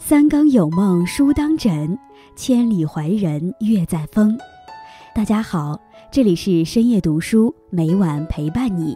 三更有梦书当枕，千里怀人月在风。大家好，这里是深夜读书，每晚陪伴你。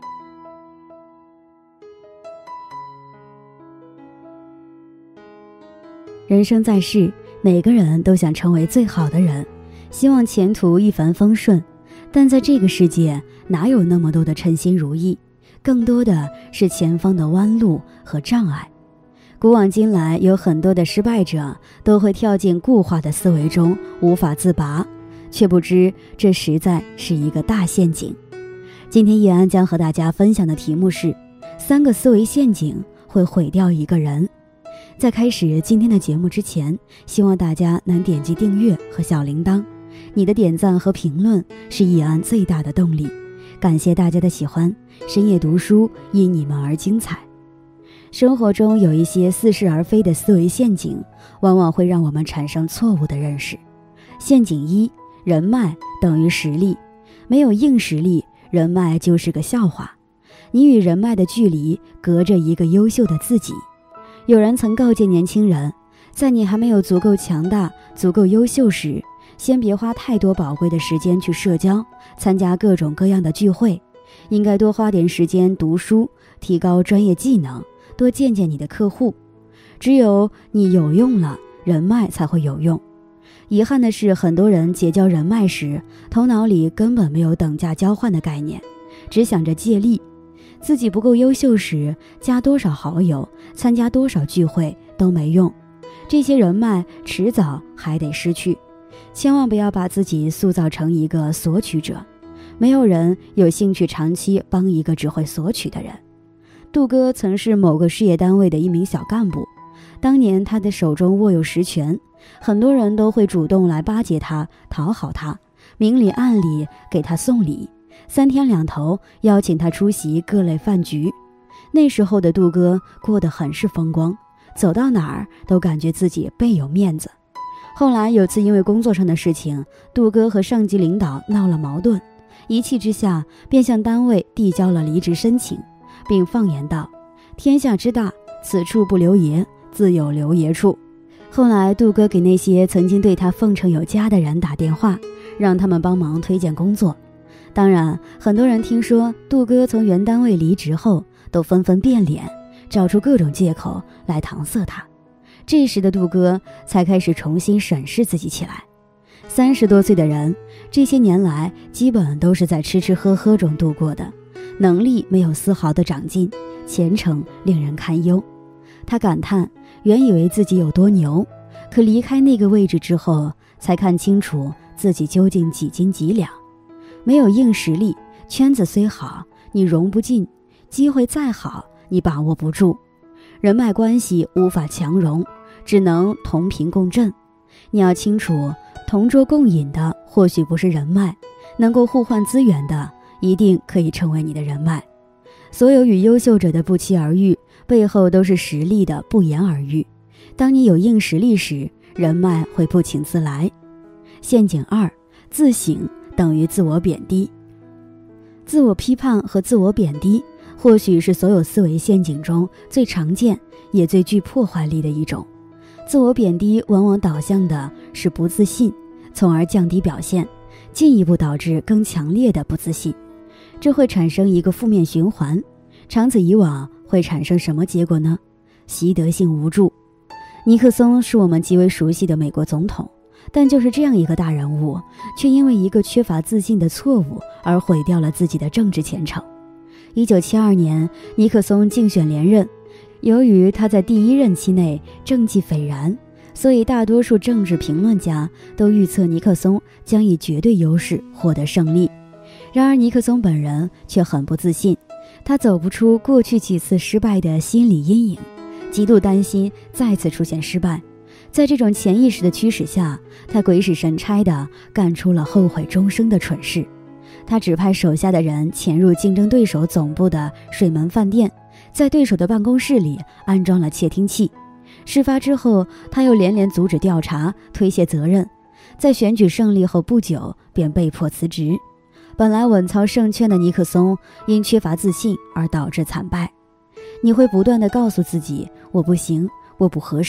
人生在世，每个人都想成为最好的人，希望前途一帆风顺，但在这个世界哪有那么多的称心如意，更多的是前方的弯路和障碍。古往今来，有很多的失败者都会跳进固化的思维中无法自拔，却不知这实在是一个大陷阱。今天叶安将和大家分享的题目是3个思维陷阱会毁掉一个人。在开始今天的节目之前，希望大家能点击订阅和小铃铛，你的点赞和评论是叶安最大的动力。感谢大家的喜欢，深夜读书因你们而精彩。生活中有一些似是而非的思维陷阱，往往会让我们产生错误的认识。陷阱1：人脉等于实力。没有硬实力，人脉就是个笑话。你与人脉的距离隔着一个优秀的自己。有人曾告诫年轻人，在你还没有足够强大、足够优秀时，先别花太多宝贵的时间去社交，参加各种各样的聚会，应该多花点时间读书，提高专业技能，多见见你的客户。只有你有用了，人脉才会有用。遗憾的是，很多人结交人脉时，头脑里根本没有等价交换的概念，只想着借力。自己不够优秀时，加多少好友，参加多少聚会都没用，这些人脉迟早还得失去。千万不要把自己塑造成一个索取者，没有人有兴趣长期帮一个只会索取的人。杜哥曾是某个事业单位的一名小干部，当年他的手中握有实权，很多人都会主动来巴结他，讨好他，明里暗里给他送礼，3天2头邀请他出席各类饭局。那时候的杜哥过得很是风光，走到哪儿都感觉自己倍有面子。后来有次因为工作上的事情，杜哥和上级领导闹了矛盾，一气之下便向单位递交了离职申请，并放言道：天下之大，此处不留爷，自有留爷处。后来杜哥给那些曾经对他奉承有加的人打电话，让他们帮忙推荐工作。当然，很多人听说杜哥从原单位离职后，都纷纷变脸，找出各种借口来搪塞他。这时的杜哥才开始重新审视自己起来。30多岁的人，这些年来基本都是在吃吃喝喝中度过的，能力没有丝毫的长进，前程令人堪忧。他感叹，原以为自己有多牛，可离开那个位置之后，才看清楚自己究竟几斤几两。没有硬实力，圈子虽好，你融不进；机会再好，你把握不住。人脉关系无法强融，只能同频共振。你要清楚，同桌共饮的或许不是人脉，能够互换资源的一定可以成为你的人脉。所有与优秀者的不期而遇，背后都是实力的不言而喻。当你有硬实力时，人脉会不请自来。陷阱2：自省等于自我贬低。自我批判和自我贬低或许是所有思维陷阱中最常见也最具破坏力的一种。自我贬低往往导向的是不自信，从而降低表现，进一步导致更强烈的不自信。这会产生一个负面循环，长此以往会产生什么结果呢？习得性无助。尼克松是我们极为熟悉的美国总统，但就是这样一个大人物，却因为一个缺乏自信的错误而毁掉了自己的政治前程。1972年，尼克松竞选连任，由于他在第1任期内政绩斐然，所以大多数政治评论家都预测尼克松将以绝对优势获得胜利。然而尼克松本人却很不自信，他走不出过去几次失败的心理阴影，极度担心再次出现失败。在这种潜意识的驱使下，他鬼使神差地干出了后悔终生的蠢事。他指派手下的人潜入竞争对手总部的水门饭店，在对手的办公室里安装了窃听器。事发之后，他又连连阻止调查，推卸责任。在选举胜利后不久，便被迫辞职。本来稳操胜券的尼克松，因缺乏自信而导致惨败。你会不断地告诉自己，我不行，我不合适，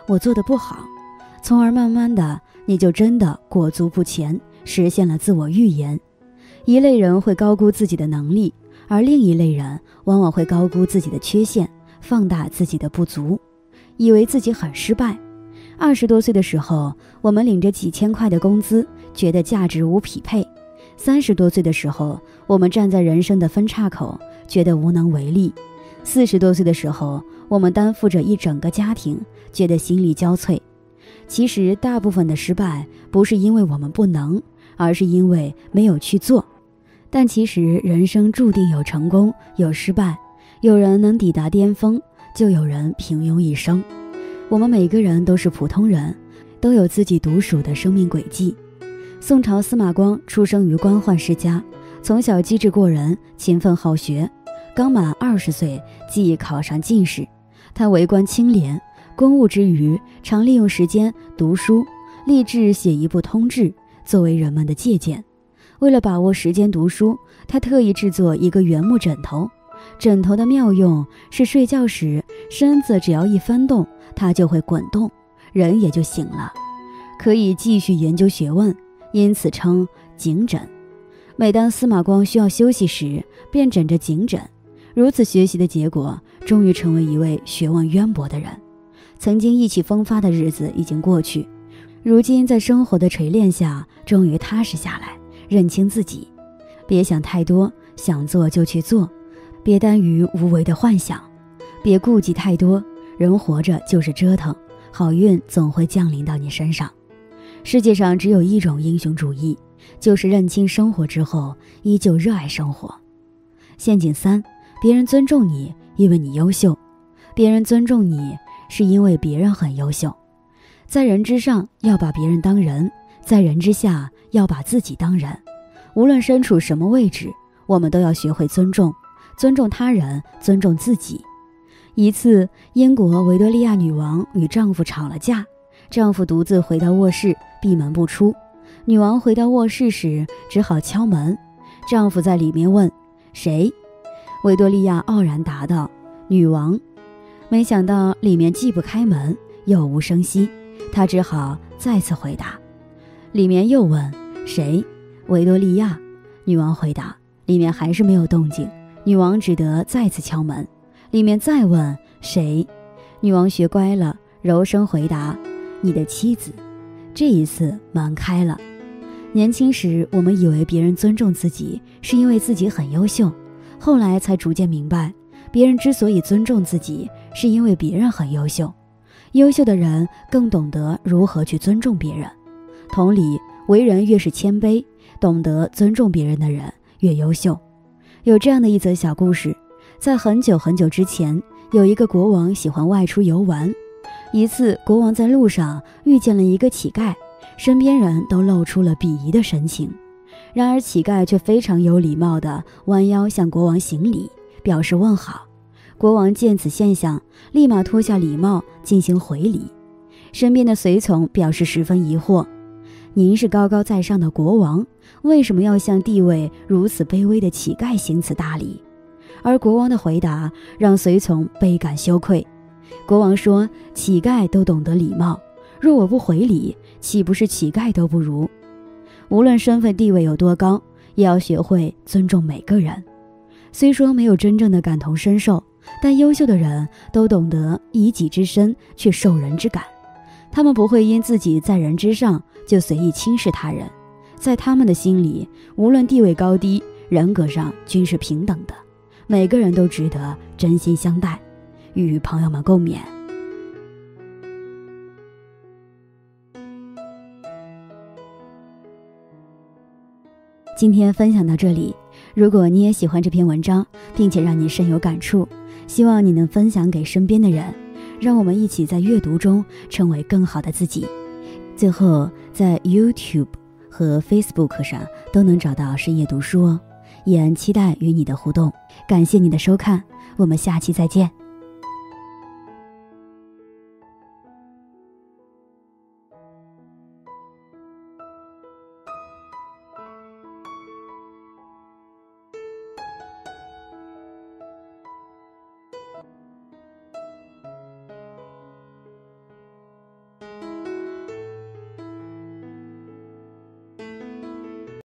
我做得不好，从而慢慢的你就真的裹足不前，实现了自我预言。一类人会高估自己的能力，而另一类人往往会高估自己的缺陷，放大自己的不足，以为自己很失败。20多岁的时候，我们领着几千块的工资，觉得价值无匹配；30多岁的时候，我们站在人生的分岔口，觉得无能为力；40多岁的时候，我们担负着一整个家庭，觉得心力交瘁。其实大部分的失败不是因为我们不能，而是因为没有去做。但其实人生注定有成功有失败，有人能抵达巅峰，就有人平庸一生。我们每个人都是普通人，都有自己独属的生命轨迹。宋朝司马光出生于官宦世家，从小机智过人，勤奋好学，刚满20岁即考上进士。他为官清廉，公务之余常利用时间读书，立志写一部通志作为人们的借鉴。为了把握时间读书，他特意制作一个原木枕头，枕头的妙用是睡觉时身子只要一翻动，它就会滚动，人也就醒了，可以继续研究学问，因此称井枕。每当司马光需要休息时，便枕着井枕，如此学习的结果，终于成为一位学问渊博的人。曾经意气风发的日子已经过去，如今在生活的锤炼下，终于踏实下来，认清自己。别想太多，想做就去做，别耽于无谓的幻想，别顾忌太多，人活着就是折腾，好运总会降临到你身上。世界上只有一种英雄主义，就是认清生活之后依旧热爱生活。陷阱3，别人尊重你因为你优秀，别人尊重你是因为别人很优秀。在人之上要把别人当人，在人之下要把自己当人。无论身处什么位置，我们都要学会尊重，尊重他人，尊重自己。一次，英国维多利亚女王与丈夫吵了架，丈夫独自回到卧室，闭门不出。女王回到卧室时，只好敲门。丈夫在里面问：“谁？”维多利亚傲然答道：“女王。”没想到里面既不开门，又无声息，她只好再次回答。里面又问：“谁？”维多利亚。女王回答。里面还是没有动静，女王只得再次敲门。里面再问：“谁？”女王学乖了，柔声回答：“你的妻子。”这一次门开了。年轻时我们以为别人尊重自己是因为自己很优秀，后来才逐渐明白，别人之所以尊重自己是因为别人很优秀。优秀的人更懂得如何去尊重别人。同理，为人越是谦卑，懂得尊重别人的人越优秀。有这样的一则小故事，在很久很久之前，有一个国王喜欢外出游玩。一次，国王在路上遇见了一个乞丐，身边人都露出了鄙夷的神情。然而乞丐却非常有礼貌地弯腰向国王行礼，表示问好。国王见此现象，立马脱下礼帽进行回礼。身边的随从表示十分疑惑：“您是高高在上的国王，为什么要向地位如此卑微的乞丐行此大礼？”而国王的回答让随从倍感羞愧。国王说：“乞丐都懂得礼貌，若我不回礼，岂不是乞丐都不如？”无论身份地位有多高，也要学会尊重每个人。虽说没有真正的感同身受，但优秀的人都懂得以己之身去受人之感。他们不会因自己在人之上就随意轻视他人，在他们的心里，无论地位高低，人格上均是平等的，每个人都值得真心相待。与朋友们共勉。今天分享到这里，如果你也喜欢这篇文章，并且让你深有感触，希望你能分享给身边的人，让我们一起在阅读中成为更好的自己。最后，在 YouTube 和 Facebook 上都能找到深夜读书哦，也期待与你的互动。感谢你的收看，我们下期再见。